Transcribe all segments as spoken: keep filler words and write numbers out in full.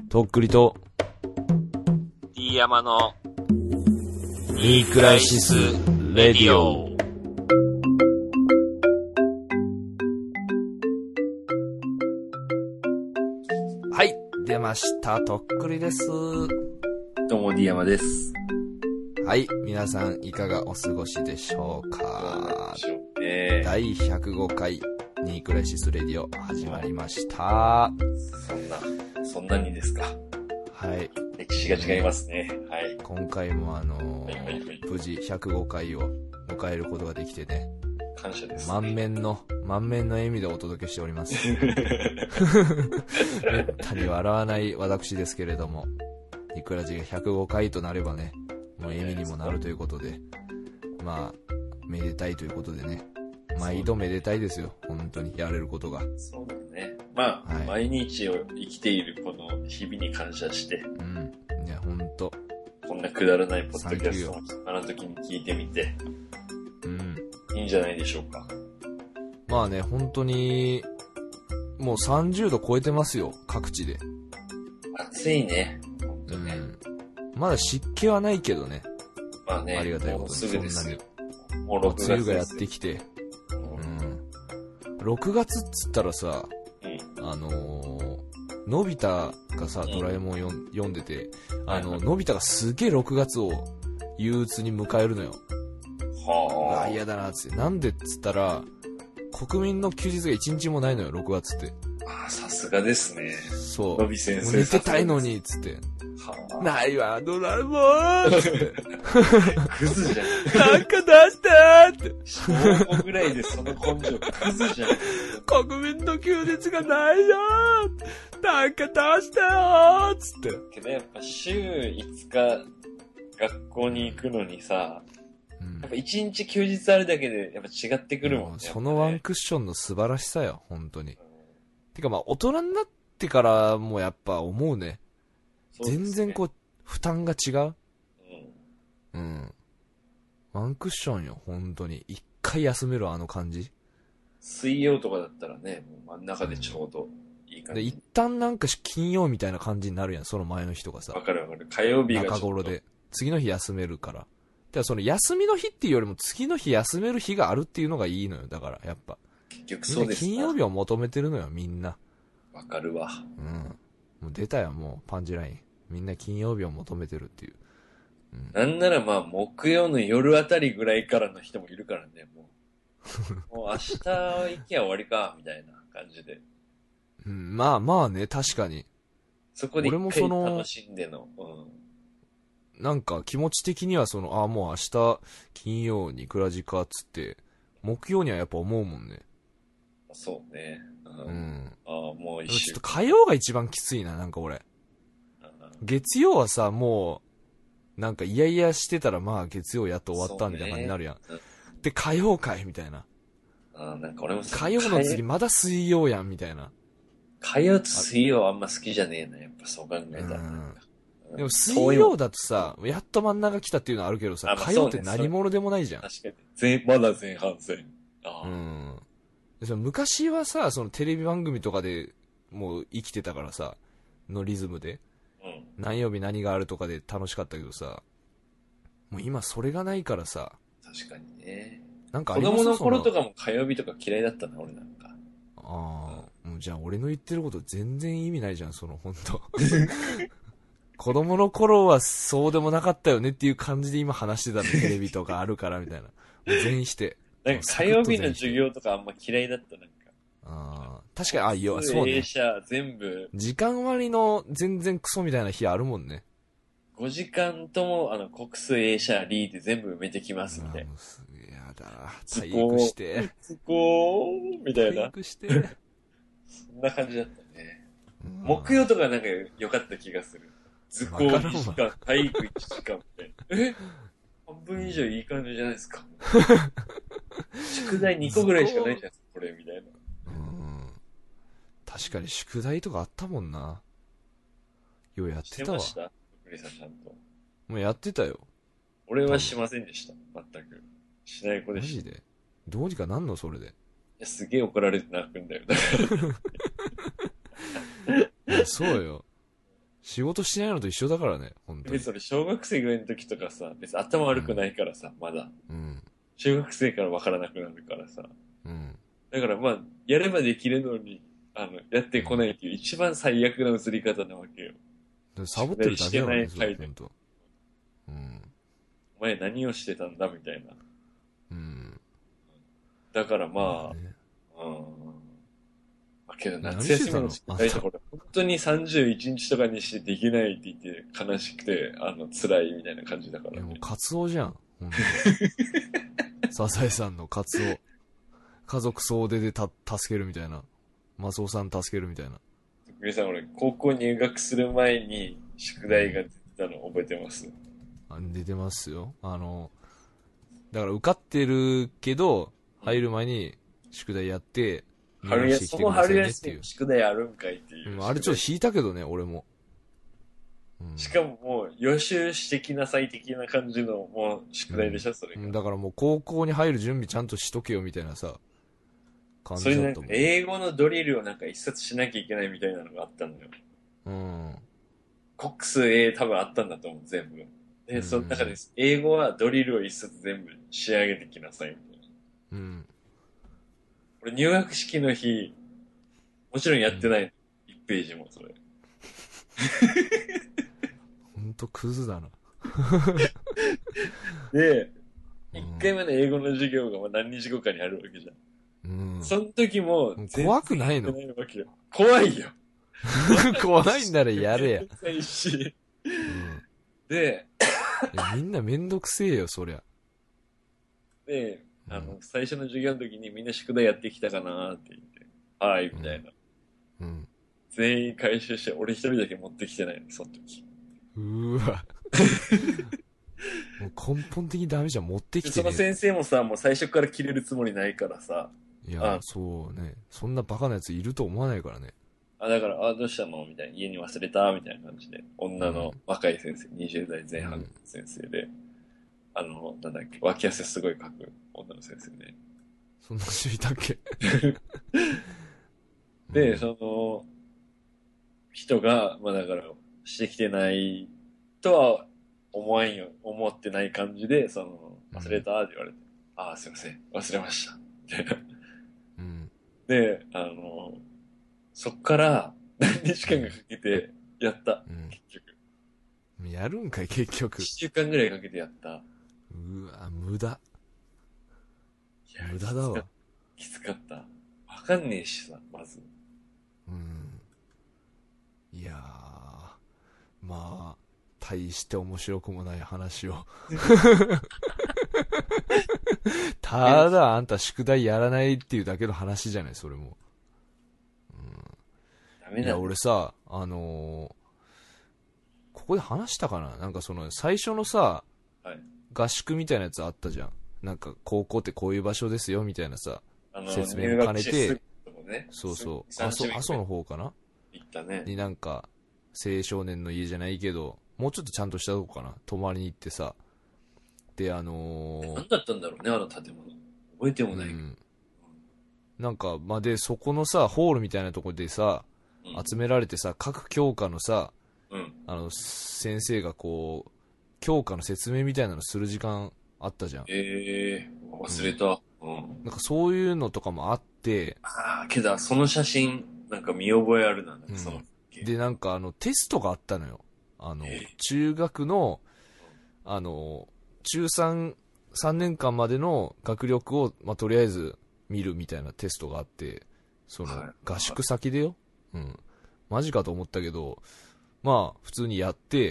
とっくりと D 山のニークライシスレディオ。はい、出ました。とっくりです。 どうも D 山です。 はい、皆さんいかがお過ごしでしょうか。 そうでしょうね。 だいひゃくごかいニークライシスレディオ始まりました。 そんな、そんなにですか。 はい。 歴史が違いますね。はい。 今回もあのーはいはいはい、 無事ひゃくごかいを迎えることができてね。 感謝です、ね。 満面の、満面の笑みでお届けしております。めったに笑わない私ですけれども、ニクラジがひゃくごかいとなればね、もう笑みにもなるということで、まあ、めでたいということでね。毎度めでたいですよ。本当にやれることが。 そうだね。まあ、はい、毎日を生きているこの日々に感謝して。 うん。いや、ほんと。 こんなくだらないポッドキャストをあの時に聞いてみて。うん。いいんじゃないでしょうか。 まあね、本当に、もうさんじゅうど超えてますよ。各地で。 暑いね。本当ね。うん。 まだ湿気はないけどね。 まあね。 ありがたいことに。 もうすぐですよ。 もうろくがつ。梅雨がやってきて。ろくがつっつったらさ、うん、あのー、のび太がさ、ドラえもんよ、うん、読んでて、あの、のび太がすげえろくがつを憂鬱に迎えるのよ。はあ。あ、嫌だなっつって。なんでっつったら、国民の休日がいちにちもないのよ、ろくがつって。 ああ、さすがですね。 そう。 のび先生。 寝てたいのに、つって。はあ、ないわ、ドラえもんつって。 クズじゃん。 なんか出してーって。 小ごぐらいでその根性、クズじゃん。 国民の休日がないよーなんか出してよーつって。 けどやっぱ週いつか学校に行くのにさ、うん、やっぱいちにち休日あるだけでやっぱ違ってくるもんね。 そのワンクッションの素晴らしさよ、本当に。うん、てかまあ大人になってからもやっぱ思うね。全然こう、負担が違う。うん。うん。ワンクッションよ、本当に。一回休めるあの感じ。 水曜とかだったらね、もう真ん中でちょうどいい感じ。 で、一旦なんか金曜みたいな感じになるやん、その前の日とかさ。 わかるわかる。火曜日が中頃で。次の日休めるから。でその休みの日っていうよりも次の日休める日があるっていうのがいいのよ、だから、やっぱ。 結局そうですね。 金曜日を求めてるのよ、みんな。 わかるわ。 うん。もう出たよ、もう、パンチライン。みんな金曜日を求めてるっていう。 うん、なんならまあ木曜の夜あたりぐらいからの人もいるからね、もう。もう明日行きゃ終わりか、みたいな感じで。 うん、まあまあね、確かに。 そこで一回楽しんでの。 うん、なんか気持ち的にはその、ああもう明日金曜にクラジかっつって、木曜にはやっぱ思うもんね。 そうね。うん。 うん、 ああ、もう一週。 ちょっと火曜が一番きついな、なんか俺。月曜はさ、もう、なんか嫌々してたらまあ月曜やっと終わったみたいな感じになるやん。ね、うん、で、火曜かいみたいな。 あなんか俺も火曜の次まだ水曜やんみたいな。 火曜と水曜あんま好きじゃねえな、やっぱそう考えたら。 うん、でも水曜だとさ、やっと真ん中来たっていうのはあるけどさ、火曜って何者でもないじゃん。 確かに。前、まだ前半戦。 あうん。でその昔はさ、そのテレビ番組とかでもう生きてたからさ、のリズムで。うん、何曜日何があるとかで楽しかったけどさ、もう今それがないからさ。 確かにね。 なんかあります子供の頃とかも火曜日とか嫌いだったな、俺なんか。 ああ、うん、もうじゃあ俺の言ってること全然意味ないじゃん、その本当子供の頃はそうでもなかったよねっていう感じで今話してたの、テレビとかあるからみたいな。もう全否定。 なんか火曜日の授業とかあんま嫌いだったなんか。 ああ、確かに、あ、いや、そうね。 映写全部。 時間割の全然クソみたいな日あるもんね。 ごじかんとも、あの、国数映写リーで全部埋めてきますみたいな。 すげえやだ。体育して。 つこーみたいな。 体育して。 そんな感じだったね。木曜とかなんか良かった気がする。図工いちじかん、体育いちじかんみたいな。え半分以上いい感じじゃないですか。宿題にこぐらいしかないじゃないですか、これ、みたいな。 確かに宿題とかあったもんな。ようやってたわ。 してましたクリサちゃんと。 もうやってたよ。 俺はしませんでした。全く。しない子でした。 マジでどうにかなんのそれで。いや、すげえ怒られて泣くんだよ。だからいやそうよ。 仕事してないのと一緒だからね、本当に。 別に俺小学生ぐらいの時とかさ、別に頭悪くないからさ、まだ。 うん。 中学生から分からなくなるからさ。 うん。 だからまあ、やればできるのに、あの、やってこないっていう一番最悪な映り方なわけよ。 サボってるだけだからね、 してないほんと。うん。 お前何をしてたんだみたいな。 うん。 だからまあ、 ね、 うん。まあけど夏休みの宿題とか俺、本当にさんじゅういちにちとかにしてできないって言って悲しくて、あの、辛いみたいな感じだから、ね。 もうカツオじゃん。ほんとサザエさんのカツオ。家族総出でた、助けるみたいな。マスオさん助けるみたいな。 皆さん俺、高校入学する前に宿題が出てたの覚えてます？ あ、出てますよ。あの、だから受かってるけど、入る前に宿題やって、 春休み、その春休み宿題あるんかいっていう、 うん。あれちょっと引いたけどね、俺も。 うん、しかももう予習してきなさい的な感じのもう宿題でしょ、うん、それが。 だからもう高校に入る準備ちゃんとしとけよみたいなさ、感じだったもん。 それなんか英語のドリルをなんか一冊しなきゃいけないみたいなのがあったのよ。 うん。 コックス A 多分あったんだと思う、全部。で、うん、その中で英語はドリルを一冊全部仕上げてきなさいみたいな。 うん。 俺入学式の日、もちろんやってない、うん、いちページもそれ。 ほんとクズだな。 で、いっかいめの英語の授業が何日後かにあるわけじゃん。うん。その時も、 怖くないの？ 怖いよ。 怖いんならやれや。うん、 でみんなめんどくせえよ、そりゃ。 で、あの、うん、最初の授業の時にみんな宿題やってきたかなって言って、はい、みたいな。うん。うん、全員回収して、俺一人だけ持ってきてないの、その時。 うーわ。もう根本的にダメじゃん、持ってきてね。 その先生もさ、もう最初から切れるつもりないからさ。 いや、そうね。そんなバカなやついると思わないからね。 あ、だから、あ、どうしたのみたいな。家に忘れたみたいな感じで。女の若い先生、うん、にじゅう代前半の先生で。うん、あの、なんだっけ、脇汗すごい書く女の先生で。 そんな人いたっけで、うん、その、人が、まあだから、してきてないとは思わんよ、思ってない感じで、その、忘れたって言われて、うん、ああ、すいません、忘れました。みたいな。うん、で、あの、そっから何日間かかけてやった、うん、結局。やるんかい、結局。 いっしゅうかんぐらいかけてやった。 うわ、無駄。無駄だわ。 きつかった。わかんねえしさ、まず。 うん。いやー、まあ、大して面白くもない話を。ただ、あんた宿題やらないっていうだけの話じゃない、それも。いや、俺さ、あのー、ここで話したかな？なんかその、最初のさ、はい、合宿みたいなやつあったじゃん。なんか、高校ってこういう場所ですよ、みたいなさ、あのー、説明も兼ねて、ね、そうそう、阿蘇、阿蘇の方かな？ 行ったね。 になんか、青少年の家じゃないけど、もうちょっとちゃんとしたとこかな？泊まりに行ってさ、で、あのー、 何だったんだろうね、あの建物。覚えてもないけど。うん、 なんか、まあ、で、そこのさ、ホールみたいなとこでさ、集められてさ、各教科のさ、うん、あの先生がこう教科の説明みたいなのする時間あったじゃん。 ええー、忘れた、うんうん、なんかそういうのとかもあって、 ああけどその写真なんか見覚えあるな、なんかその、 うん、でなんかあのテストがあったのよ。あの、えー、中学のあの中さん、さんねんかんまでの学力を、まあ、とりあえず見るみたいなテストがあって、その、はい、合宿先でよ。うん。マジかと思ったけど、まあ、普通にやって、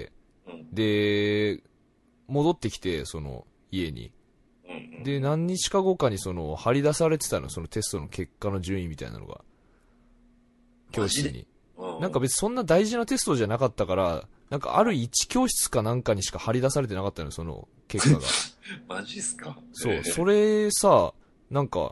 うん、で、戻ってきて、その、家に。うんうん、で、何日か後かに、その、張り出されてたの、そのテストの結果の順位みたいなのが。教室に。うん、なんか別にそんな大事なテストじゃなかったから、なんかある一教室かなんかにしか張り出されてなかったのよ、その結果が。 マジっすか？ そう、えー、それさ、なんか、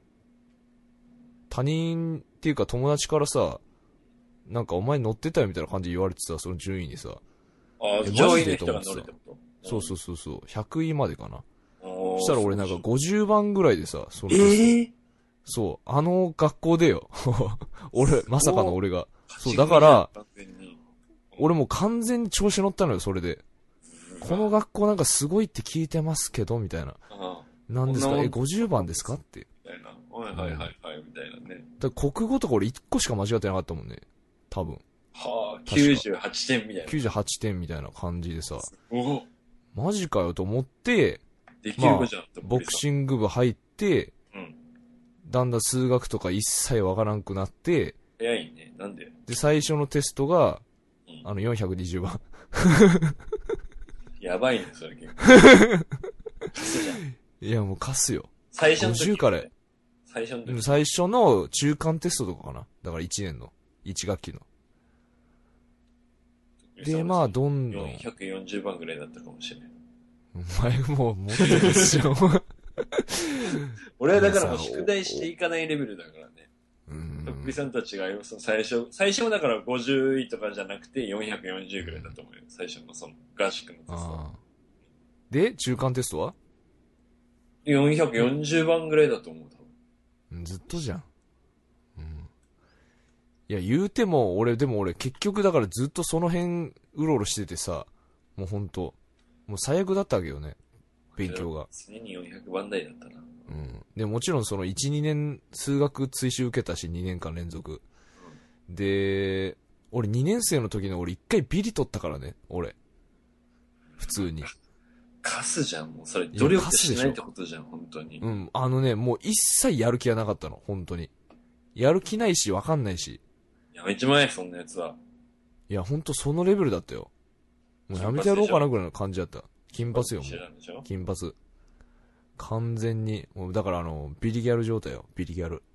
他人っていうか友達からさ、なんかお前乗ってたよみたいな感じで言われてた、その順位にさ。 ああ、上位の人が乗るってこと？ そうそうそうそう、ひゃくいまでかな。そしたら俺なんかごじゅうばんぐらいでさ、その、 えー、 そう、あの学校でよ。俺、まさかの俺が。そう、だから、 俺もう完全に調子乗ったのよ、それで。この学校なんかすごいって聞いてますけど、みたいな。なんですか、え、ごじゅうばんですかって。 みたいな。はいはいはいはい、みたいなね。 だから国語とか俺いっこしか間違ってなかったもんね。多分。 はぁ、きゅうじゅうはちてんみたいな。 きゅうじゅうはちてんみたいな感じでさ。 おマジかよと思って、 できる子じゃん、まあ、 ボクシング部入って、 うん、 だんだん数学とか一切わからんくなって、 早いね。なんでで、最初のテストが、 うん、 あの、よんひゃくにじゅうばん。 やばいね、それ結構。 いや、もうカスよ。 最初の時、 ごじゅうから。 最初の時。 最初の中間テストとかかな。だからいちねんの。いち学期の。で、まあ、どんどん。 よんひゃくよんじゅうばんぐらいだったかもしれない。 お前もう、もっとですよ。 俺はだからもう宿題していかないレベルだからね。 うん。 とっくりさんたちがその最初、最初はだからごじゅういとかじゃなくてよんひゃくよんじゅうぐらいだと思うよ。最初のその合宿のテストは。 で、中間テストはよんひゃくよんじゅうばんぐらいだと思う、多分。ずっとじゃん。うん。いや、言うても、俺、でも俺、結局だからずっとその辺、うろうろしててさ、もうほんと、もう最悪だったわけよね。勉強が。 常によんひゃくばん台だったな。 うん。で、もちろんそのいち、にねん数学追試受けたし、にねんかん連続。うん、で、俺にねん生の時の俺いっかいビリ取ったからね、俺。普通に。 カスじゃん、もうそれ努力しないってことじゃん、本当に。 うん、あのね、もう一切やる気がなかったの、本当に。やる気ないし、わかんないし。 やめちまえ、そんなやつは。 いや、ほんとそのレベルだったよ。もうやめてやろうかなぐらいの感じだった。金髪よ、もう。金髪。完全に、もうだからあの、ビリギャル状態よ、ビリギャル。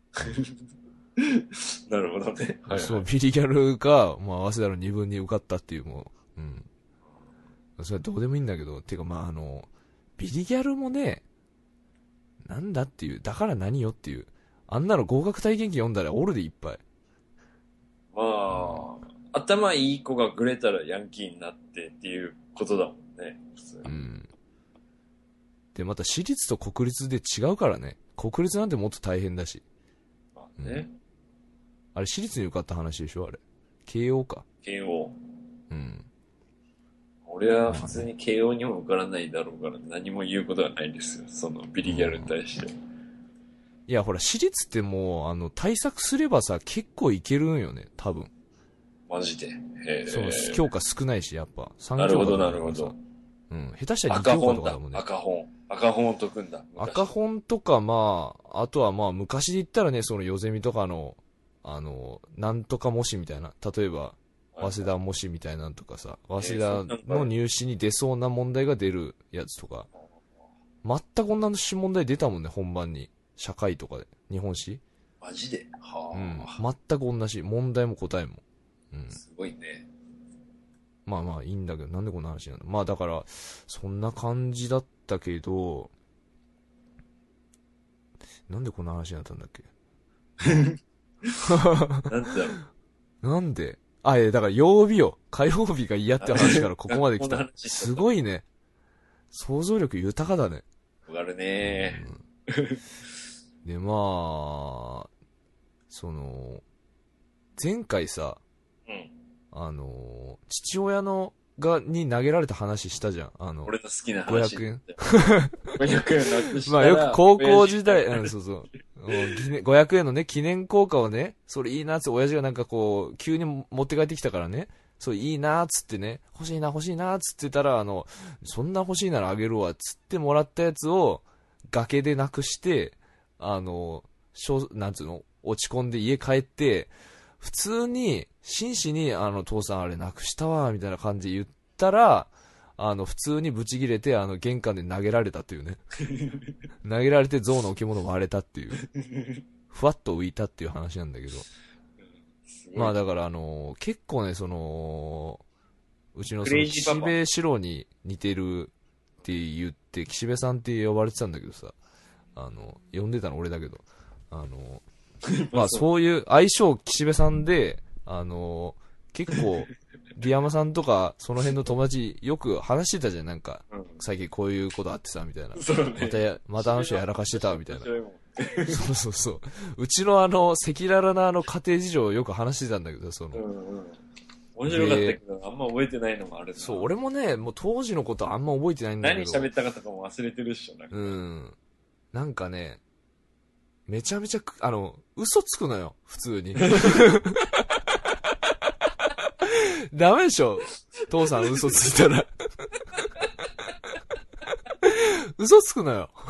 なるほどね。 はいはい、そう、ビリギャルが、まあ、早稲田のにぶんに受かったっていう、もう、うん。それはどうでもいいんだけど、てかまああの、ビリギャルもね、なんだっていう、だから何よっていう。あんなの合格体験記読んだらおるでいっぱい。 まあ、頭いい子がグレたらヤンキーになってっていうことだもんね、普通。 うん。で、また私立と国立で違うからね。国立なんてもっと大変だし。 まあね、うん。 あれ私立に受かった話でしょあれ。慶応か。 慶応。 うん。 俺は普通に慶応にも受からないだろうから何も言うことはないですよ。そのビリギャルに対して。うん、 いや、ほら、私立ってもう、あの、対策すればさ、結構いけるんよね、多分。 マジで。へそう、教科少ないし、やっぱ。さん教科なるほど、なるほど。 うん。下手したらに教科とかだもんね。 赤本。赤本を解くんだ。 赤本とか、まあ、あとはまあ、昔で言ったらね、その、よゼミとかの、あの、なんとか模試みたいな。例えば、早稲田模試みたいなんとかさ、早稲田の入試に出そうな問題が出るやつとか。全く同じ問題出たもんね、本番に。社会とかで。日本史マジではあ。うん。全く同じ。問題も答えも。うん。 すごいね。 まあまあいいんだけど、なんでこんな話なんだ。まあだから、そんな感じだったけど、なんでこんな話になったんだっけなんでだろう。なんであ、いや、だから曜日よ。火曜日が嫌って話からここまで来た。すごいね。想像力豊かだね。 わかるね、 うん、で、まあ、その、前回さ、 うん、 あの、父親の、が、に投げられた話したじゃん。あの、 俺の好きな話。 ごひゃくえん。 ごひゃくえんなくしたら。 まあよく高校時代、うん、そうそう。ごひゃくえんのね、記念硬貨をね、それいいなーって親父がなんかこう、急に持って帰ってきたからね、そういいなーっつってね、欲しいな欲しいなーっつってたら、あの、そんな欲しいならあげるわっつってもらったやつを、崖でなくして、あの、しょなんつうの、落ち込んで家帰って、普通に、真摯に、あの、父さんあれなくしたわ、みたいな感じで言ったら、あの、普通にブチ切れて、あの、玄関で投げられたっていうね。投げられて象の置物割れたっていう。ふわっと浮いたっていう話なんだけど。まあだからあの、結構ね、その、うちのその、岸辺四郎に似てるって言って、岸辺さんって呼ばれてたんだけどさ、あの、呼んでたの俺だけど、あの、まあそういう相性岸辺さんで、あの、結構、ディアマさんとか、その辺の友達、よく話してたじゃん、なんか、うん、最近こういうことあってさ、みたいな。 そうね、 またや、またあの人やらかしてた、みたいな。そうそうそう。うちのあの、赤裸々なあの家庭事情をよく話してたんだけど、その。 うんうん、 面白かったけど、あんま覚えてないのもあるな。 そう、俺もね、もう当時のことあんま覚えてないんだけど。 何喋ったかとかも忘れてるっしょ、なんか。 うん。なんかね、めちゃめちゃ、あの、嘘つくのよ、普通に。ダメでしょ、父さん嘘ついたら。嘘つくのよ。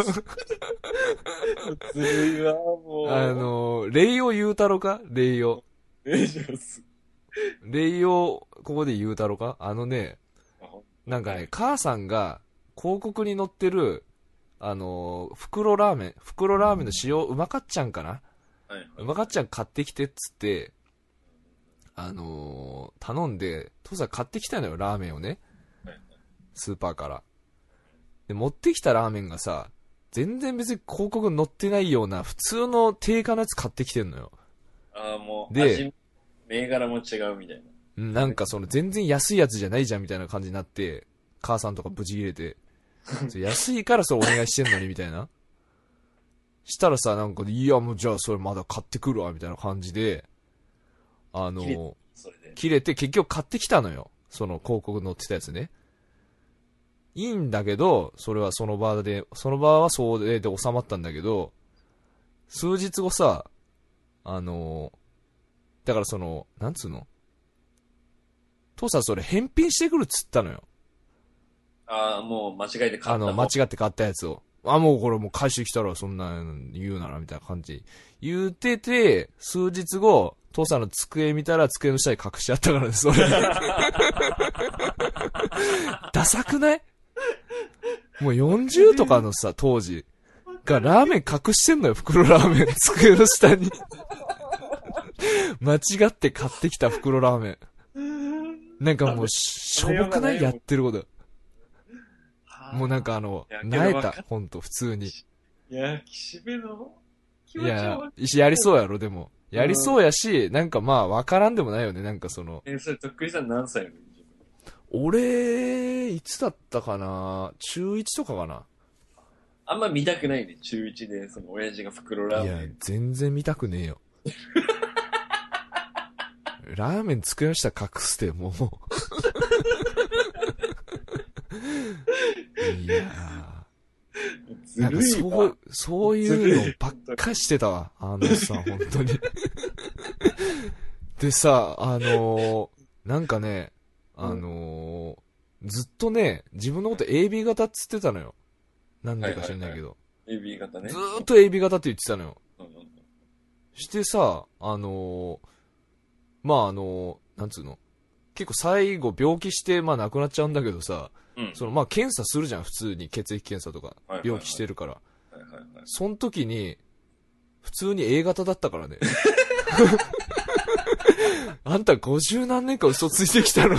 ずるいわ、もう。 あの、レイオ言うたろかレイオ。 レイジョス。 レイオ、ここで言うたろかあのね、なんかね、母さんが広告に載ってる、あの、袋ラーメン、袋ラーメンの塩、うまかっちゃんかな、はいはい、うまかっちゃん買ってきてっつって、あのー、頼んで、父さん買ってきたのよ、ラーメンをね。スーパーから。で、持ってきたラーメンがさ、全然別に広告載ってないような、普通の定価のやつ買ってきてんのよ。 ああ、もう、 で、 味、銘柄も違うみたいな。 なんかその全然安いやつじゃないじゃんみたいな感じになって、母さんとかブチ切れて、安いからそれお願いしてんのにみたいな。したらさ、なんか、いやもうじゃあそれまだ買ってくるわみたいな感じで、あの、切れて結局買ってきたのよ。その広告載ってたやつね。いいんだけど、それはその場で、その場はそうで、で収まったんだけど、数日後さ、あの、だからその、なんつうの、父さんそれ返品してくるっつったのよ。 ああ、もう間違えて買った。 あの、間違って買ったやつを。あ、もうこれもう返してきたらそんな言うならみたいな感じ。言うてて、数日後、父さんの机見たら机の下に隠しあったからね、それ。ダサくない？もうよんじゅうとかのさ、当時がラーメン隠してんのよ、袋ラーメン。机の下に。間違って買ってきた袋ラーメン。なんかもう、しょぼくないやってること。もうなんかあの、なえた、ほんと、普通に。 いや、岸辺の気持ちいや、やりそうやろ、でも。やりそうやし、なんかまあ、わからんでもないよね、なんかその。 え、それ、とっくりさん何歳の俺、いつだったかな、中いちとかかな。 あんま見たくないね、中いちで、その親父が袋ラーメン。 いや、全然見たくねえよ。ラーメン机の下隠すて、もう。いやー。なんかそう、そういうのばっかしてたわ。あのさ、本当に。でさ、あのー、なんかね、あのー、ずっとね、自分のこと エービー 型っつってたのよ。なんでか知らないけど。 エービー 型ね。 ずーっと エービー 型って言ってたのよ。してさ、あのー、まああのー、なんつうの。結構最後病気してまあ亡くなっちゃうんだけどさ、うん、そのまあ検査するじゃん、普通に血液検査とか、病気してるから、はいはいはい、その時に普通に A 型だったからね。あんたごじゅうなんねんか嘘ついてきたのって。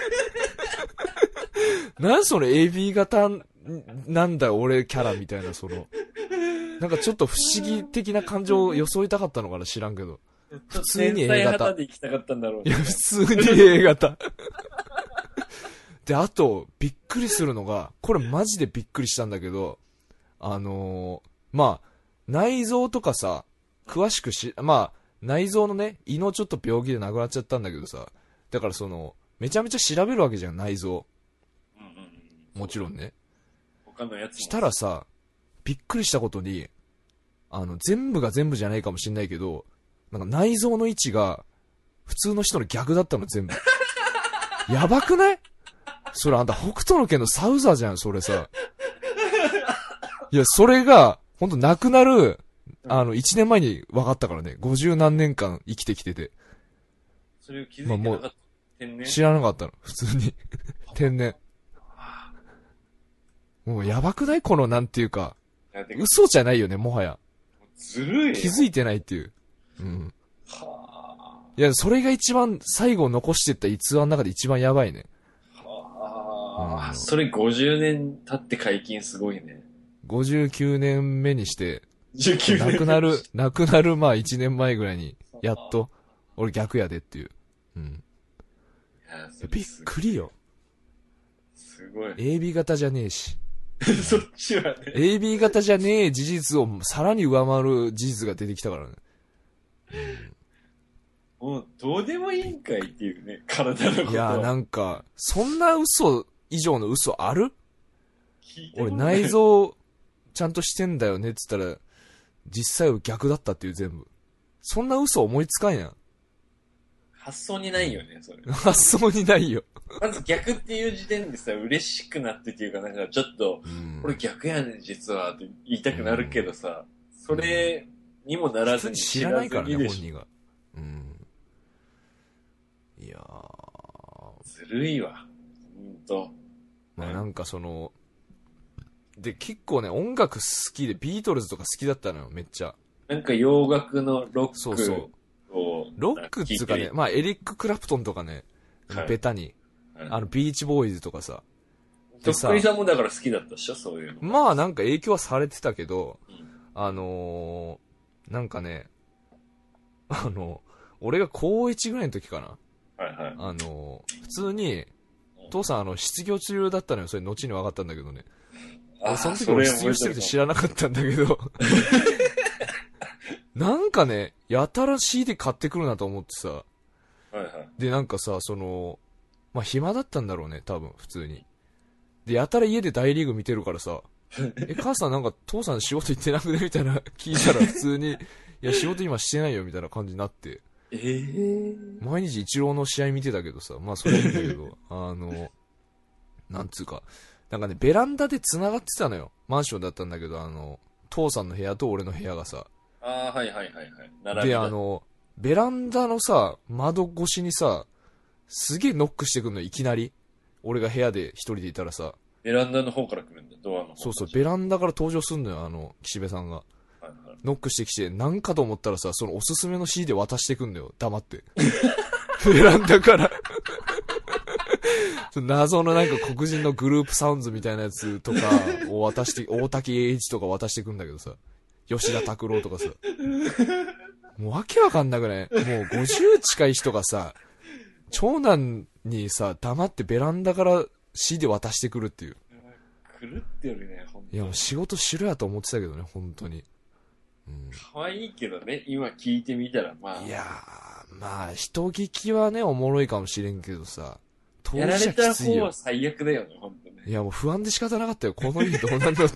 なんその エービー 型なんだよ俺キャラみたいな、そのなんかちょっと不思議的な感情を装いたかったのかな、知らんけど。普通に A 型。 で行きたかったんだろうね。 いや、普通に A 型。で、あと、びっくりするのが、これマジでびっくりしたんだけど、あのー、まあ、内臓とかさ、詳しくし、まあ、内臓のね、胃のちょっと病気で亡くなっちゃったんだけどさ、だからその、めちゃめちゃ調べるわけじゃん、内臓。うんうんうん、もちろんね。 他のやつも。 したらさ、びっくりしたことに、あの、全部が全部じゃないかもしんないけど、なんか内臓の位置が、普通の人の逆だったの、全部。やばくない？それあんた北斗の拳のサウザーじゃん、それさ。いや、それが、ほんと亡くなる、あの、一年前に分かったからね。五十何年間生きてきてて。 それを気づいてなかった。まあ、もう天然？知らなかったの、普通に。天然。もうやばくない？この、なんていうか。嘘じゃないよね、もはや。 ずるい。 気づいてないっていう。うん。はあ。いや、それが一番、最後残してった逸話の中で一番やばいね。 はあ、うん。それごじゅうねん経って解禁すごいね。 ごじゅうきゅうねんめにして、 じゅうきゅうねん亡くなる、亡くなるまあいちねんまえぐらいに、やっと、俺逆やでっていう。うん。いや、びっくりよ。 すごい。 エービー 型じゃねえし。 そっちはね。 エービー 型じゃねえ事実をさらに上回る事実が出てきたからね。 うん、 もうどうでもいいんかいっていうね、体のこと。 いや、なんか、そんな嘘以上の嘘ある？俺内臓ちゃんとしてんだよねって言ったら、実際は逆だったっていう全部。そんな嘘思いつかんやん。 発想にないよね、それ。 発想にないよ。 まず逆っていう時点でさ、嬉しくなってっていうか、なんかちょっと、 うん、 これ逆やねん、実は、って言いたくなるけどさ、それにもならずに知らないからね、本人が。うん。いやー。 ずるいわ。ほんと。 まあなんかその、で、結構ね、音楽好きで、ビートルズとか好きだったのよ、めっちゃ。 なんか洋楽のロックそうそう。 を。 ロックっつうかね、まあエリック・クラプトンとかね、はい、ベタに、はい、あの、ビーチボーイズとかさ。 とっくりさんもだから好きだったでしょ、そういうの。 まあなんか影響はされてたけど、うん、あのー、なんかね、あの、俺が高いちぐらいの時かな。はいはい。あのー、普通に、父さんあの、失業中だったのよ、それ後に分かったんだけどね。俺その時俺失業してるって知らなかったんだけど、なんかね、やたら シーディー 買ってくるなと思ってさ。はいはい。で、なんかさ、その、まあ、暇だったんだろうね、多分、普通に。で、やたら家で大リーグ見てるからさ、え、母さんなんか父さん仕事行ってなくねみたいな聞いたら普通に、いや、仕事今してないよみたいな感じになって。えー、毎日イチローの試合見てたけどさ、まあそれいいんだけど、あの、なんつうか、なんかね、ベランダで繋がってたのよ。マンションだったんだけど、あの、父さんの部屋と俺の部屋がさ。 ああ、はいはいはいはい。 で、あの、ベランダのさ、窓越しにさ、すげえノックしてくんの、いきなり。俺が部屋で一人でいたらさ。 ベランダの方から来るんだ、ドアの方。 そうそう、ベランダから登場すんのよ、あの、岸辺さんが。はいはい、ノックしてきて、なんかと思ったらさ、そのおすすめの シーディー 渡してくんだよ、黙って。ベランダから。謎のなんか黒人のグループサウンズみたいなやつとかを渡して、大滝栄一とか渡してくんだけどさ。吉田拓郎とかさ。もうわけわかんなくない？もうごじゅう近い人がさ、長男にさ、黙ってベランダから シーディー 渡してくるっていう。 狂ってるね、ほんとに。 いやもう仕事しろやと思ってたけどね、本当に。 うん。可愛いけどね、今聞いてみたらまあ。 いやー、まあ、人聞きはね、おもろいかもしれんけどさ。 当事者きついよ。やられた方は最悪だよね、ほんとね。 いやもう不安で仕方なかったよ、この家どうなんだって。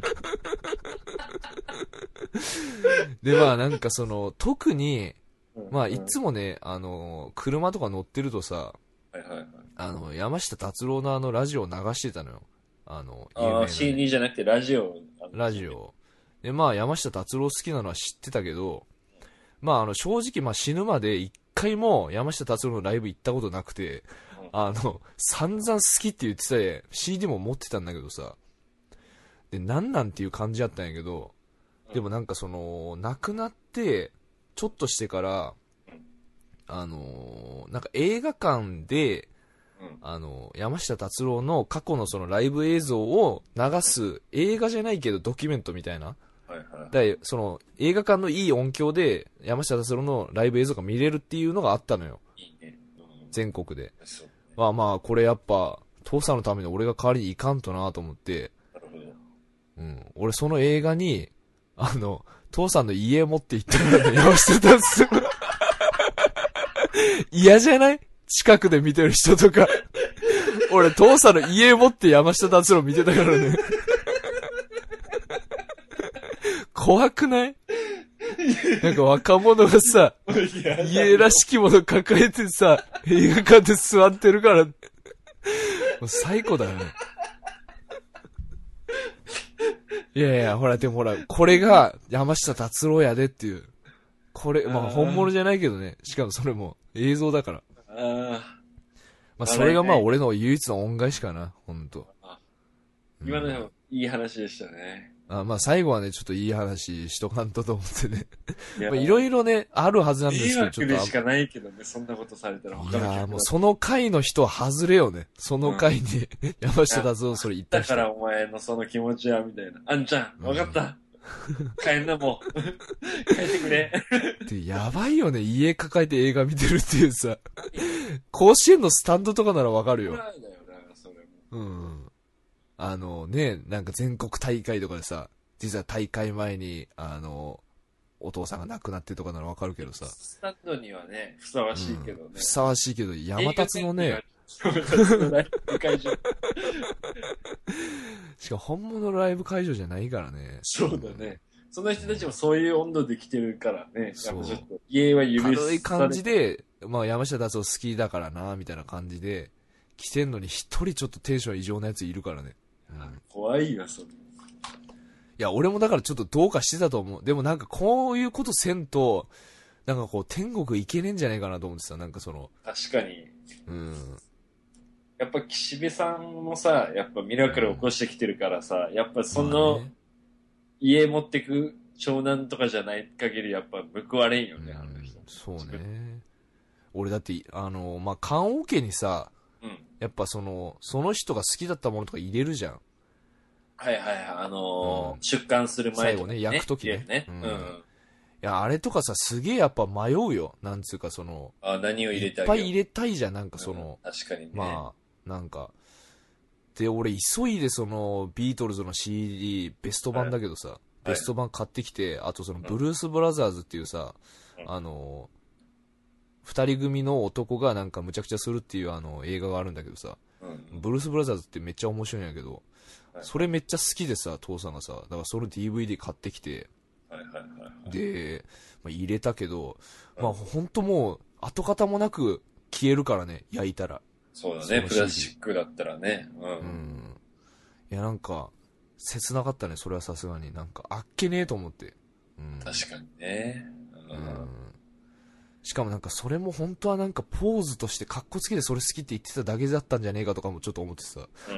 で、まあなんかその、特に、まあいつもね、あの、車とか乗ってるとさ、はいはいはい、あの、山下達郎のあのラジオを流してたのよ。あの、 有名な、ね。ああ、シーディー じゃなくてラジオ。 ラジオ。で、まあ山下達郎好きなのは知ってたけど、まああの、正直まあ死ぬまで一回も山下達郎のライブ行ったことなくて、あの、散々好きって言ってて、シーディー も持ってたんだけどさ、で、なんなんっていう感じやったんやけど、でもなんかその、亡くなって、ちょっとしてから、あのー、なんか映画館で、あのー、山下達郎の過去のそのライブ映像を流す映画じゃないけどドキュメントみたいな。はいはい。だその映画館のいい音響で山下達郎のライブ映像が見れるっていうのがあったのよ。いいね。うん、全国で。まあまあ、これやっぱ、父さんのために俺が代わりに行かんとなと思って、なるほど。うん。俺その映画に、あの、父さんの家持って行ったからね、山下達郎。嫌じゃない？近くで見てる人とか。俺、父さんの家持って山下達郎見てたからね。怖くない？なんか若者がさ、家らしきもの抱えてさ、映画館で座ってるから、もう最高だよね。いやいや、ほら、でもほら、これが山下達郎やでっていう。これ、まあ本物じゃないけどね。しかもそれも映像だから。あまあそれがまあ俺の唯一の恩返しかな、ほんと。 今のいい話でしたね。 あまあ最後はね、ちょっといい話しとかんとと思ってね。いろいろね、あるはずなんですけど、 ちょっと。迷惑でしかないけどね、そんなことされたら他の人。 いやもうその回の人は外れよね。その回に、うん、山下達郎それ言った人。 だからお前のその気持ちは、みたいな。あんちゃん、わかった。帰んなもう。帰ってくれ。 ってやばいよね、家抱えて映画見てるっていうさ。甲子園のスタンドとかならわかるよ。うん。あのね、なんか全国大会とかでさ、実は大会前に、あの、 お父さんが亡くなってとかならわかるけどさ。 スタンドにはね、ふさわしいけどね。うん、 ふさわしいけど、山立のね、 山立のライブ会場。 しかも本物のライブ会場じゃないからね。 そうだね。その人たちもそういう温度で来てるからね。やっぱちょっと、家は許され軽い感じで、まあ山下達郎好きだからな、みたいな感じで、来てんのに一人ちょっとテンション異常なやついるからね。うん、 怖いわ、それ。 いや、俺もだからちょっとどうかしてたと思う。でもなんかこういうことせんと、なんかこう天国行けねえんじゃねえかなと思ってさ、なんかその。 確かに。 うん。 やっぱ岸辺さんもさ、やっぱミラクル起こしてきてるからさ、やっぱその、家持ってく長男とかじゃない限りやっぱ報われんよね、 うん、 あの人。 そうね。俺だって、あの、まあ、棺桶にさ、うん、やっぱその、その人が好きだったものとか入れるじゃん。 はいはいはい、あのーうん、出棺する前とか、ね、最後ね、焼くときね。 ね、うん。うん。いや、あれとかさ、すげえやっぱ迷うよ。なんつうかその、 あ、何を入れたいいっぱい入れたいじゃん、なんかその、 うん、確かにね。 まあ、なんか、で、俺急いでその、ビートルズの シーディー、ベスト版だけどさ、はい、ベスト版買ってきて、あとその、ブルース・ブラザーズっていうさ、うん、あの、二人組の男がなんかむちゃくちゃするっていうあの、映画があるんだけどさ、うん、ブルース・ブラザーズってめっちゃ面白いんやけど、はい、それめっちゃ好きでさ、父さんがさ、だからそれ ディーブイディー 買ってきて、 はいはいはいはい、 で、まあ、入れたけど、うん、まあほんともう、跡形もなく消えるからね、焼いたら。 そうだね、プラスチックだったらね。うん。うん、 いや、なんか、切なかったね、それはさすがに。なんか、あっけねえと思って。うん、 確かにね。うん。うん、 しかもなんか、それも本当はなんか、ポーズとしてカッコつけてそれ好きって言ってただけだったんじゃねえかとかもちょっと思ってさ。うん。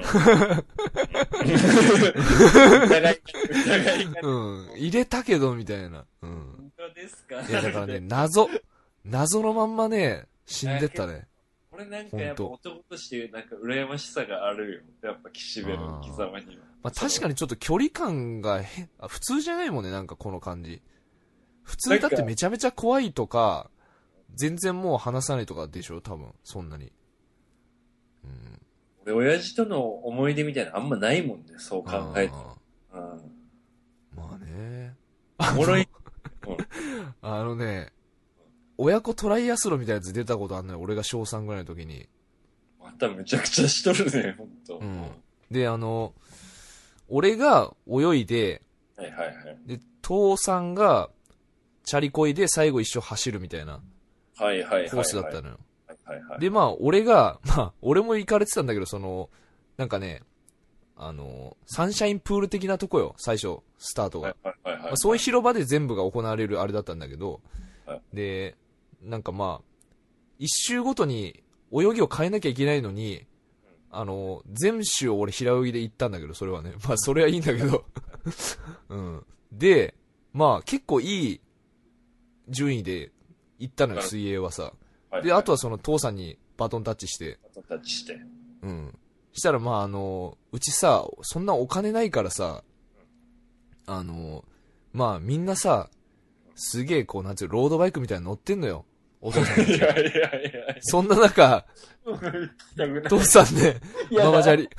疑い、疑い。うん。入れたけど、みたいな。うん。 本当ですか？ いや、だからね、謎、謎のまんまね、死んでったね。 俺なんかやっぱ男としてなんか羨ましさがあるよ。やっぱ岸辺の生き様には。 まあ確かにちょっと距離感がへ普通じゃないもんね、なんかこの感じ。普通だってめちゃめちゃ怖いとか、全然もう話さないとかでしょ、多分、そんなに。 うん。俺、親父との思い出みたいなのあんまないもんね、そう考えて。うん。 まあね。 おもろい。 うん、あのね、親子トライアスロンみたいなやつ出たことあんのよ。俺が小さんぐらいの時に。 まためちゃくちゃしとるね、ほんと。 うん。で、あの、俺が泳いで、 はいはいはい。 で、父さんが、チャリこいで最後一緒走るみたいな、 はいはいはい。 コースだったのよ。 はいはいはい。 で、まあ、俺が、まあ、俺も行かれてたんだけど、その、なんかね、あの、サンシャインプール的なとこよ、最初、スタートが。はいはいはい、はいまあ。そういう広場で全部が行われるあれだったんだけど、はい、で、なんかまあ、一周ごとに泳ぎを変えなきゃいけないのに、あの、全周を俺平泳ぎで行ったんだけど、それはね。まあ、それはいいんだけど。うん。で、まあ、結構いい順位で行ったのよ、水泳はさ。はい、で、あとはその父さんにバトンタッチして。 バトンタッチして。 うん。したらまあ、あの、うちさ、そんなお金ないからさ、あの、まあ、みんなさ、すげえこう、なんていうロードバイクみたいなの乗ってんのよ。お父さんたち。いやいやいや。そんな中、父さんね、ママチャリ。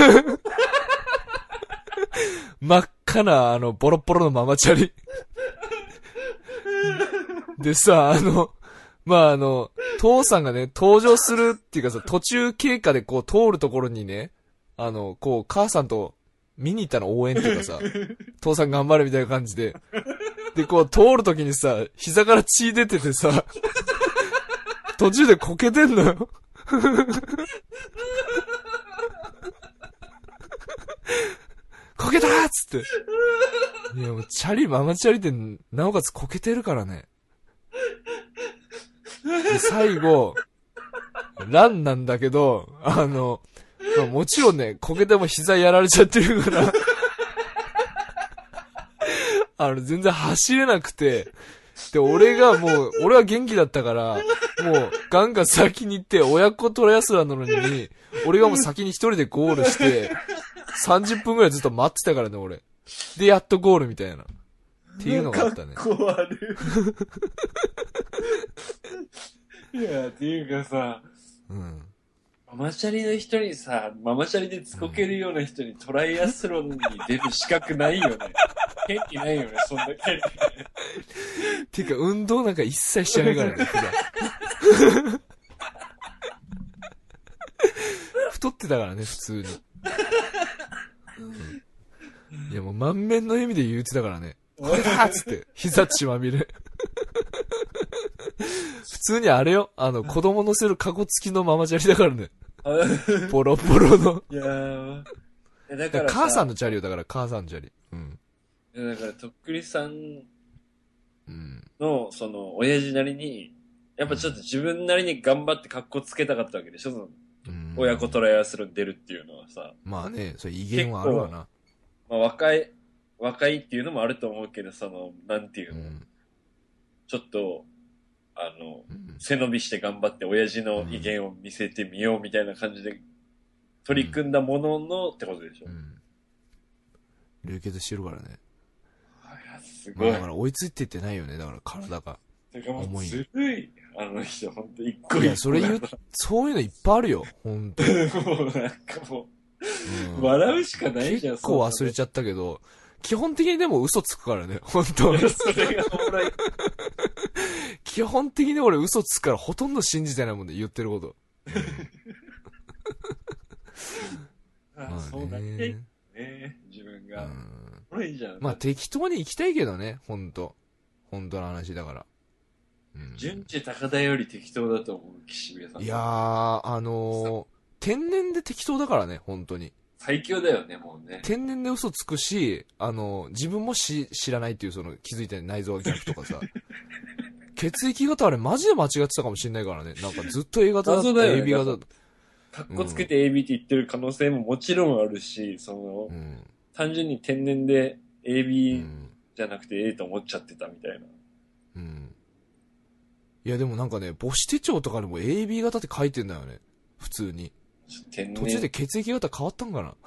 真っ赤な、あの、ボロッボロのママチャリ。でさ、あの、まあ、あの、父さんがね、登場するっていうかさ、途中経過でこう通るところにね、あの、こう、母さんと見に行ったの応援っていうかさ、父さん頑張るみたいな感じで。で、こう、通るときにさ、膝から血出ててさ、途中でこけてんのよ。こけたーっつって。いや、もう、チャリ、ママチャリって、なおかつこけてるからね。で、最後、ランなんだけど、あの、まあ、もちろんね、こけても膝やられちゃってるから、あの、全然走れなくて、で、俺がもう、俺は元気だったから、もう、ガンガン先に行って、親子トライアスロンなのに、俺がもう先に一人でゴールして、さんじゅっぷんぐらいずっと待ってたからね、俺。で、やっとゴールみたいな。っていうのがあったね。 かっこ悪い。いや、っていうかさ、うん。ママチャリの人にさ、ママチャリでつこけるような人にトライアスロンに出る資格ないよね。 権利ないよね、そんな権利。 てか、運動なんか一切してないからね、普段。太ってたからね、普通に。うん、いや、もう満面の笑みで言うてたからね。これだっつって、膝血まみれ。普通にあれよ、あの、子供乗せるカゴ付きのママチャリだからね。ポロポロの。 いやー。だから母さんのチャリよ、だから母さんのチャリ。うん。 だから、とっくりさんの、その、親父なりに、やっぱちょっと自分なりに頑張って格好つけたかったわけでしょ、その、うん、親子トライアスロン出るっていうのはさ。 まあね、それ威厳はあるわな。 まあ若い、若いっていうのもあると思うけど、その、なんていうの、うん、ちょっと、あの、うん、背伸びして頑張って親父の威厳を見せてみようみたいな感じで取り組んだもののってことでしょ。うん。 流血してるからね。 いや、すごい。 まあ、だから追いついてってないよね、だから体が。 てかもうずるい。あの人、ほんと一個一個。いや、 それ言う、そういうのいっぱいあるよ、ほんと。もうなんかもう、うん、笑うしかないじゃん、 結構忘れちゃったけど、基本的にでも嘘つくからね、ほんと。 それがおもろい。 基本的に俺嘘つくからほとんど信じてないもんね、言ってること。 ああ、そうだね。ね自分が。うん。これいいじゃん。 まあ適当に行きたいけどね、ほんと。ほんとの話だから。 うん、順次高田より適当だと思う、岸辺さん。 いやー、あのー、天然で適当だからね、ほんとに。 最強だよね、もうね。 天然で嘘つくし、あの、自分もし知らないっていうその気づいてない内臓逆とかさ。血液型あれマジで間違ってたかもしれないからね。なんかずっと A 型だった、ね、エービー 型だった。 かっこつけて エービー って言ってる可能性ももちろんあるし、その、うん、単純に天然で エービー じゃなくて A と思っちゃってたみたいな。 うん。いやでもなんかね、母子手帳とかでも エービー 型って書いてんだよね。普通に。途中で血液型変わったんかな。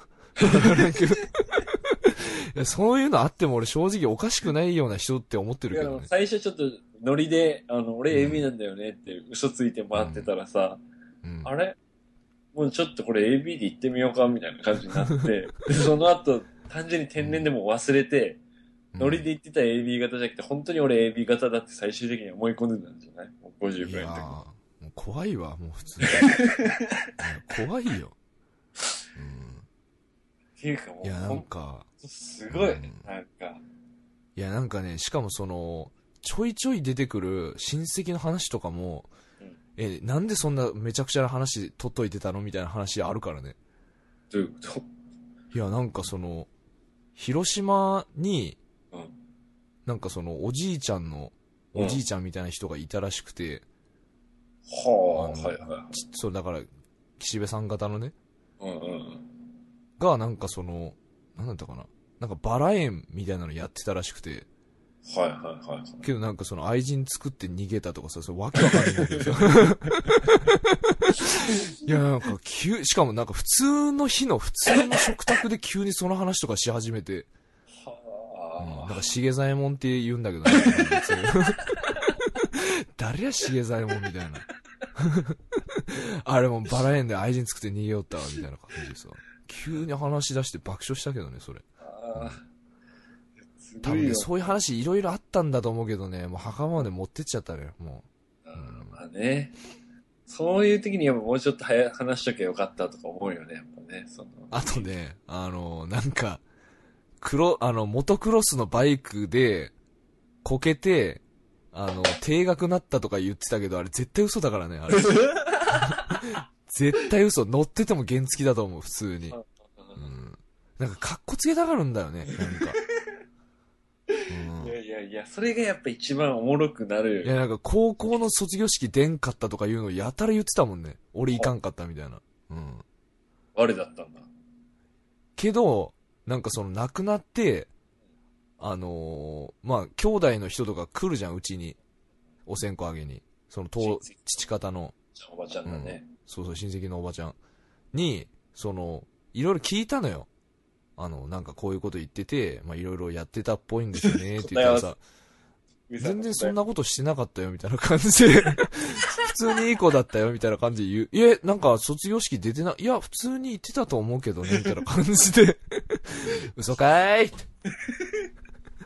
いやそういうのあっても俺正直おかしくないような人って思ってるけどね。 最初ちょっとノリで、あの、俺エービーなんだよねって嘘ついて回ってたらさ、うんうん、あれもうちょっとこれ エービー で行ってみようかみたいな感じになって、でその後単純に天然でも忘れて、うん、ノリで言ってた エービー 型じゃなくて本当に俺 エービー 型だって最終的に思い込んでたんじゃないもうごじゅうくらいの時。 もう怖いわ、もう普通に。怖いよ。うん。 っていうかもう。 いや、なんか。 すごい、うん、なんか。 いや、なんかね、しかもその、ちょいちょい出てくる親戚の話とかも、うん、え、なんでそんなめちゃくちゃな話取っといてたのみたいな話あるからね。 どういうこと？ いや、なんかその、広島に、うん、なんかその、おじいちゃんの、おじいちゃんみたいな人がいたらしくて、 はあ、はいはい。 そう、だから、岸辺さん型のね。 うんうん。 が、なんかその、なんだったかな。なんかバラ園みたいなのやってたらしくて。 はいはいはい。 けどなんかその愛人作って逃げたとかさ、それわけわかんないんだけどさ。いや、なんか急、しかもなんか普通の日の普通の食卓で急にその話とかし始めて。はあ、うん。なんか重左衛門って言うんだけど、ね、誰や重左衛門みたいな。あれもバラ園で愛人作って逃げよったわ、みたいな感じでさ。急に話し出して爆笑したけどね、それ。あうん、多分ね、そういう話いろいろあったんだと思うけどね、もう墓場まで持ってっちゃったね、もう。 うん、まあね。そういう時にやっぱもうちょっと早話しときゃよかったとか思うよね、やっぱね。そのあとね、あの、なんか、黒、あの、モトクロスのバイクで、こけて、あの、定額なったとか言ってたけど、あれ絶対嘘だからね、あれ。絶対嘘。乗ってても原付だと思う、普通に。うん。なんか、カッコつけたがるんだよね、なんか。 うん、いやいやいや、それがやっぱ一番おもろくなるよ。 いや、なんか、高校の卒業式出んかったとかいうのやたら言ってたもんね。俺行かんかったみたいな。うん。 あれだったんだ。 けど、なんかその、亡くなって、あのー、まあ、兄弟の人とか来るじゃん、うちに。お線香あげに。その、父、父方の。 おばちゃんだね、 うん。そうそう、親戚のおばちゃん。に、その、いろいろ聞いたのよ。あの、なんかこういうこと言ってて、まあ、いろいろやってたっぽいんですよね、って言ったらさ、全然そんなことしてなかったよ、みたいな感じで。普通にいい子だったよ、みたいな感じで言う。いえ、なんか卒業式出てな、いや、普通に言ってたと思うけどね、みたいな感じで。嘘かーい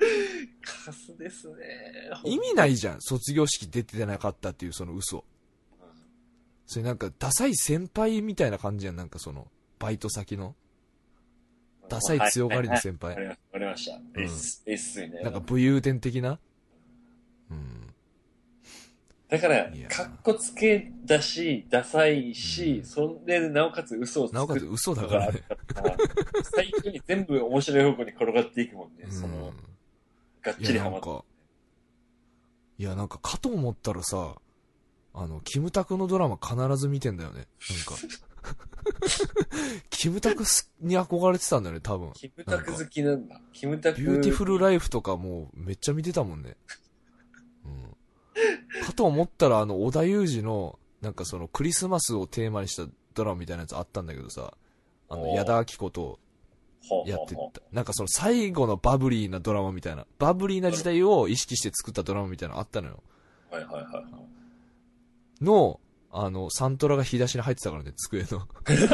カスですね。 意味ないじゃん。卒業式出てなかったっていうその嘘。それなんか、ダサい先輩みたいな感じやん。なんかその、バイト先の。ダサい強がりの先輩。 わかりました。えっす、えっすいね。 なんか武勇伝的な。うん。 だから、かっこつけだし、ダサいし、うん、そんで、なおかつ嘘をつく。 なおかつ嘘だからね。 最初に全部面白い方向に転がっていくもんね。うん、その、がっちりハマった。 いや、なんか、かと思ったらさ、あの、キムタクのドラマ必ず見てんだよね。なんか。キムタクに憧れてたんだよね、多分。 キムタク好きなんだ。キムタク。 ビューティフルライフとかもうめっちゃ見てたもんね。うん。かと思ったら、あの、織田裕二の、なんかそのクリスマスをテーマにしたドラマみたいなやつあったんだけどさ、あの、矢田亜希子とやってた。なんかその最後のバブリーなドラマみたいな、バブリーな時代を意識して作ったドラマみたいなのあったのよ。 はいはいはいはい。 の、あの、サントラが引き出しに入ってたからね、机の。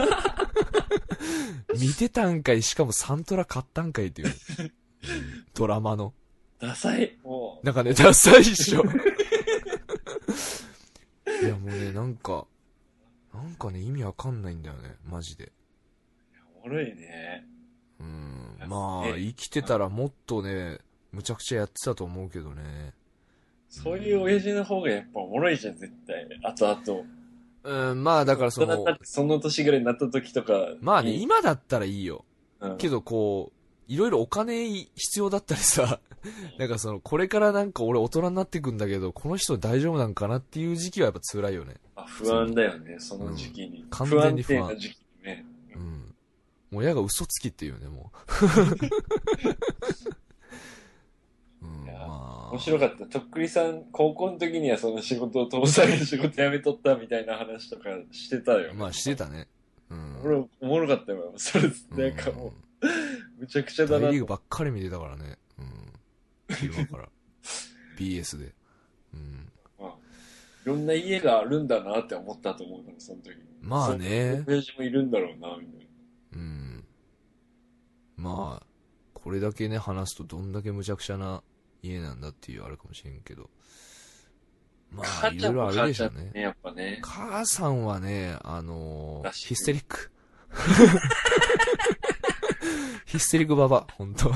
見てたんかい、しかもサントラ買ったんかいっていう。ドラマの。 ダサい。もう。なんかね、ダサいっしょ。いやもうね、なんか、なんかね、意味わかんないんだよね、マジで。 おもろいね。 うん。まあ、生きてたらもっとね、むちゃくちゃやってたと思うけどね。 そういう親父の方がやっぱおもろいじゃん、絶対。あとあと。 うん、まあだからその、 その年ぐらいになった時とか。 まあね、今だったらいいよ。 うん、 けどこう、いろいろお金必要だったりさ、なんかその、これからなんか俺大人になっていくんだけど、この人大丈夫なんかなっていう時期はやっぱ辛いよね。 あ、不安だよね、その時期に。 うん、完全に不安。 不安定な時期にね。 うん。親が嘘つきっていうね、もう。うん、まあ。 面白かった。とっくりさん、高校の時にはその仕事を父さんが仕事辞めとったみたいな話とかしてたよ。 まあしてたね。うん。 俺、おもろかったよ。それ、なんかもう、むちゃくちゃだな。 大リーグばっかり見てたからね。うん。昼間から。ビーエス で。うん。 まあ、いろんな家があるんだなって思ったと思うの、その時。 まあね。 親父もいるんだろうな、みたいな。 うん。まあ、これだけね、話すとどんだけむちゃくちゃな家なんだっていうあれかもしれんけど。まあ、いろいろあるでしょうね。 ね、やっぱね。 母さんはね、あのー、ヒステリック。ヒステリックババ、ほんと。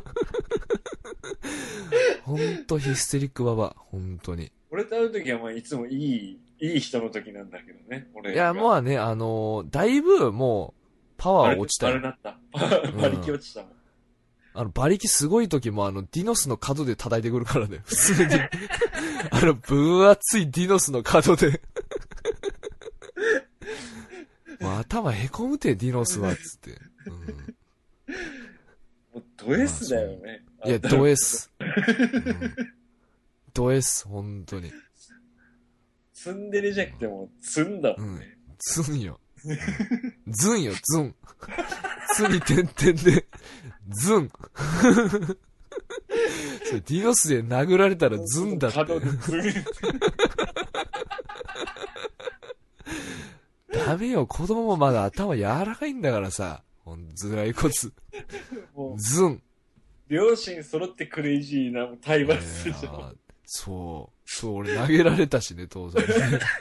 ほんとヒステリックババ、ほんとに。 俺と会うときはまあいつもいい、いい人の時なんだけどね、俺。 いや、もうね、あのー、だいぶもう、パワー落ちたよ。 あれなった。馬力落ちたもん。 あの、馬力すごい時もあの、ディノスの角で叩いてくるからね、普通に。あの、分厚いディノスの角で。もう頭へこむて、ディノスは、つって。うん、 もうド S だよね。 いや、ド S。うん、ド S、ほんとに。 ツンデレじゃなくても、ツンだもんね。 うん、ツンよ。ズンよ、ズン。ツに点々で、ズン。それディノスで殴られたらズンだって。ダメよ、子供まだ頭柔らかいんだからさ。ほん、頭蓋骨。ズン。 両親揃ってクレイジーな対話するじゃん。 そう。そう、俺投げられたしね、父さんに。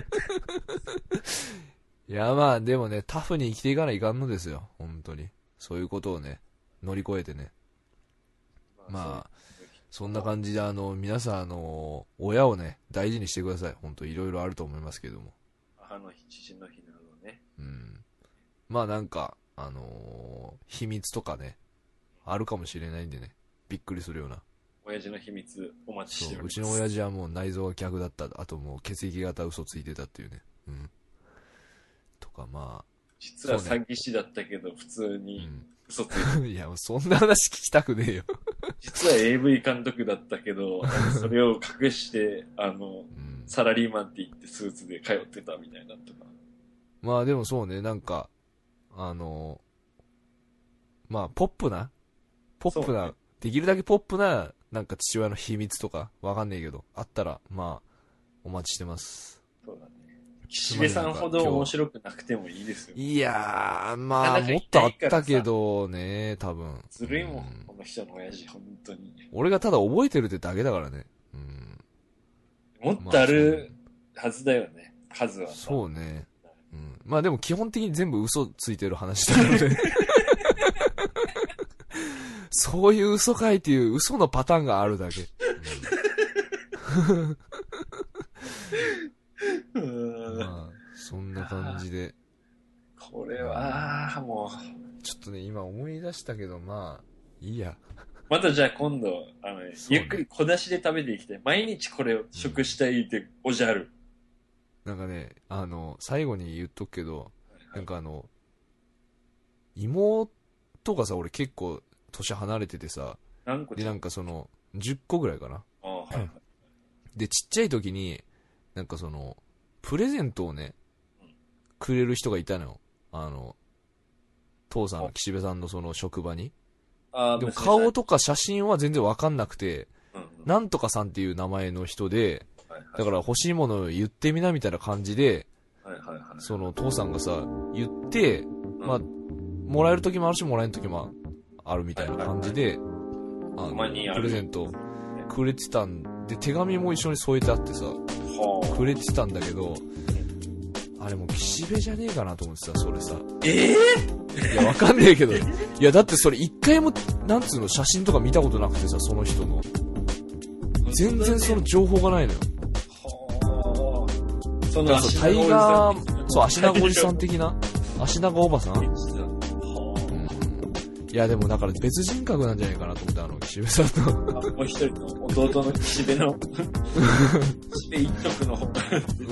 いや、まあ、でもね、タフに生きていかないかんのですよ。本当に。そういうことをね、乗り越えてね。まあ、そんな感じで、あの、皆さん、あの、親をね、大事にしてください。本当いろいろあると思いますけども。 母の日、父の日などね。 うん。まあ、なんか、あのー、秘密とかね、あるかもしれないんでね、びっくりするような。 親父の秘密、お待ちしております。 そう、うちの親父はもう内臓が逆だった。あともう血液型嘘ついてたっていうね。うん。とか、まあ。 実は詐欺師だったけど、ね、普通に嘘ついて、 うん、いや、そんな話聞きたくねえよ。 実は エーブイ 監督だったけど、それを隠して、あの、うん、サラリーマンって言ってスーツで通ってたみたいなとか。 まあでもそうね、なんか、あの、まあ、ポップな、ポップな、ね、できるだけポップな、なんか父親の秘密とか、わかんねえけど、あったら、まあ、お待ちしてます。 そうだね。 岸辺さんほど面白くなくてもいいですよ。 いやー、まあ、もっとあったけどね、多分。 ずるいもん、うん、この人の親父、本当に。 俺がただ覚えてるってだけだからね。うん。 もっとあるはずだよね、数は。 そうね。うん。まあでも基本的に全部嘘ついてる話だからね。そういう嘘かいっていう嘘のパターンがあるだけ。うん、まあ、そんな感じで。 これは、もう。ちょっとね、今思い出したけど、まあ、いいや。 またじゃあ今度、あの、ね、ゆっくり小出しで食べていきたい。毎日これを食したいっておじゃる。 なんかね、あの、最後に言っとくけど、はいはい、なんかあの、妹がさ、俺結構年離れててさ、 何個で、なんかその、じゅっこぐらいかな。 あ、はいはい。 で、ちっちゃい時に、なんかその、プレゼントをね、くれる人がいたのよ。あの、父さん、岸辺さんのその職場に。 あでも顔とか写真は全然わかんなくて、 うんうん、 なんとかさんっていう名前の人で、 はいはい、 だから欲しいものを言ってみなみたいな感じで、 はいはいはい、 その父さんがさ、言って、うん、まあ、もらえる時もあるし、もらえん時もあるみたいな感じで、 はいはいはい、あのプレゼントくれてたんで、手紙も一緒に添えてあってさ、くれてたんだけど、あれもう岸辺じゃねえかなと思ってさ、それさ。 ええー、いや、わかんねえけど。いや、だってそれ一回も、なんつうの、写真とか見たことなくてさ、その人の。全然その情報がないのよ。 はぁ。そのタイガー、そう、足長おじさん的な足長おばさん、うん、いや、でもだから別人格なんじゃないかなと思って、あの、岸辺さんの。 もう一人の弟の岸辺の、岸辺一徳の方が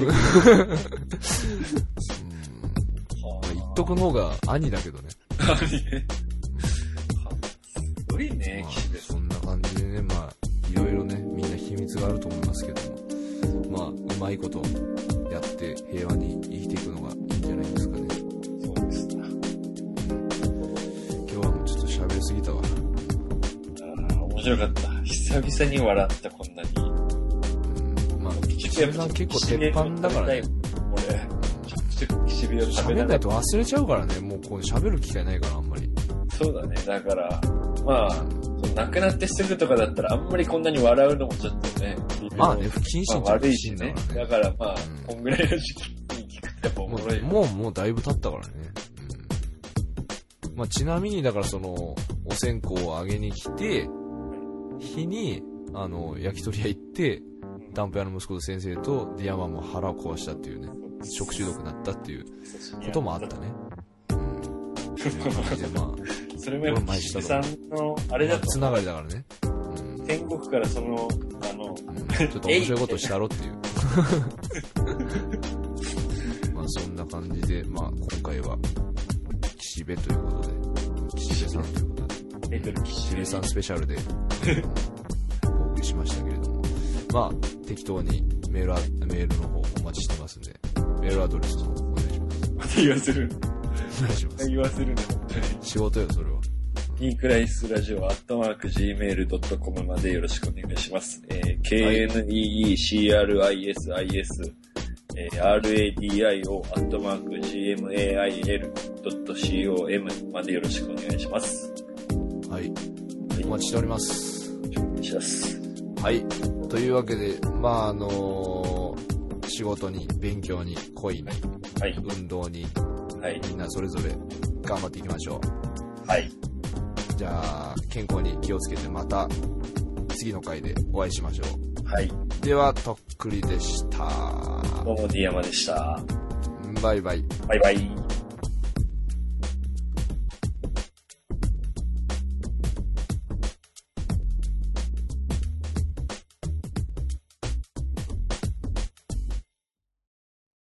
一徳の方が兄だけどね。 兄ね。すごいね、 まあ、 岸辺。 そんな感じでね、まあ、いろいろね、みんな秘密があると思いますけども、まあ、うまいことやって平和に生きていくのがいいんじゃないですかね。 そうですな。 今日はもうちょっと喋りすぎたわ。 ああ、面白かった。久々に笑った、こんなに。 うん、まあ、岸辺さん結構鉄板だからね。 俺、岸辺を食べないと忘れちゃうからね。もうこう喋る機会ないからあんまり。 そうだね。だから、まあ、亡くなってすぐとかだったらあんまりこんなに笑うのもちょっとね。 まあね、不謹慎じゃ悪いしね。 だだからまあ、うん、こんぐらいの時期に聞くとやっぱおもろい。 もう、もう、もうだいぶ経ったからね。うん、まあちなみにだからその、お線香をあげに来て、日に、あの、焼き鳥屋行って、ダンプ屋の息子と先生とディアマンも腹を壊したっていうね、食中毒になったっていうこともあったね。うん。という感じでまあ、 それもやっぱ岸辺さんの、あれだと。 つながりだからね。 うん。天国からその、あの、 うん、ちょっと面白いことしたろっていう。まあそんな感じで、まあ今回は、岸辺ということで、岸辺さんということで、岸辺さんスペシャルで、お送りしましたけれども、まあ適当にメール、メールの方お待ちしてますんで、メールアドレスの方お願いします。 また言わせる。 お願いします。 言わせるね、本当に。 仕事よ、それは。 ニークライスラジオアットマーク ジーメールドットコム までよろしくお願いします。えー、ケーエヌイーイーシーアールアイエスアイエス、えー、アールエーディーアイオー アットマーク ジーエムエーアイエルドットコム までよろしくお願いします。 はい。お待ちしております。 お願いします。 はい。というわけで、まあ、あのー、仕事に、勉強に、恋に、 はい、 運動に、 はい、 みんなそれぞれ頑張っていきましょう。はい。 じゃあ、健康に気をつけてまた次の回でお会いしましょう。はい。 では、とっくりでした。 どうも、ディアマでした。 バイバイ。 バイバイ。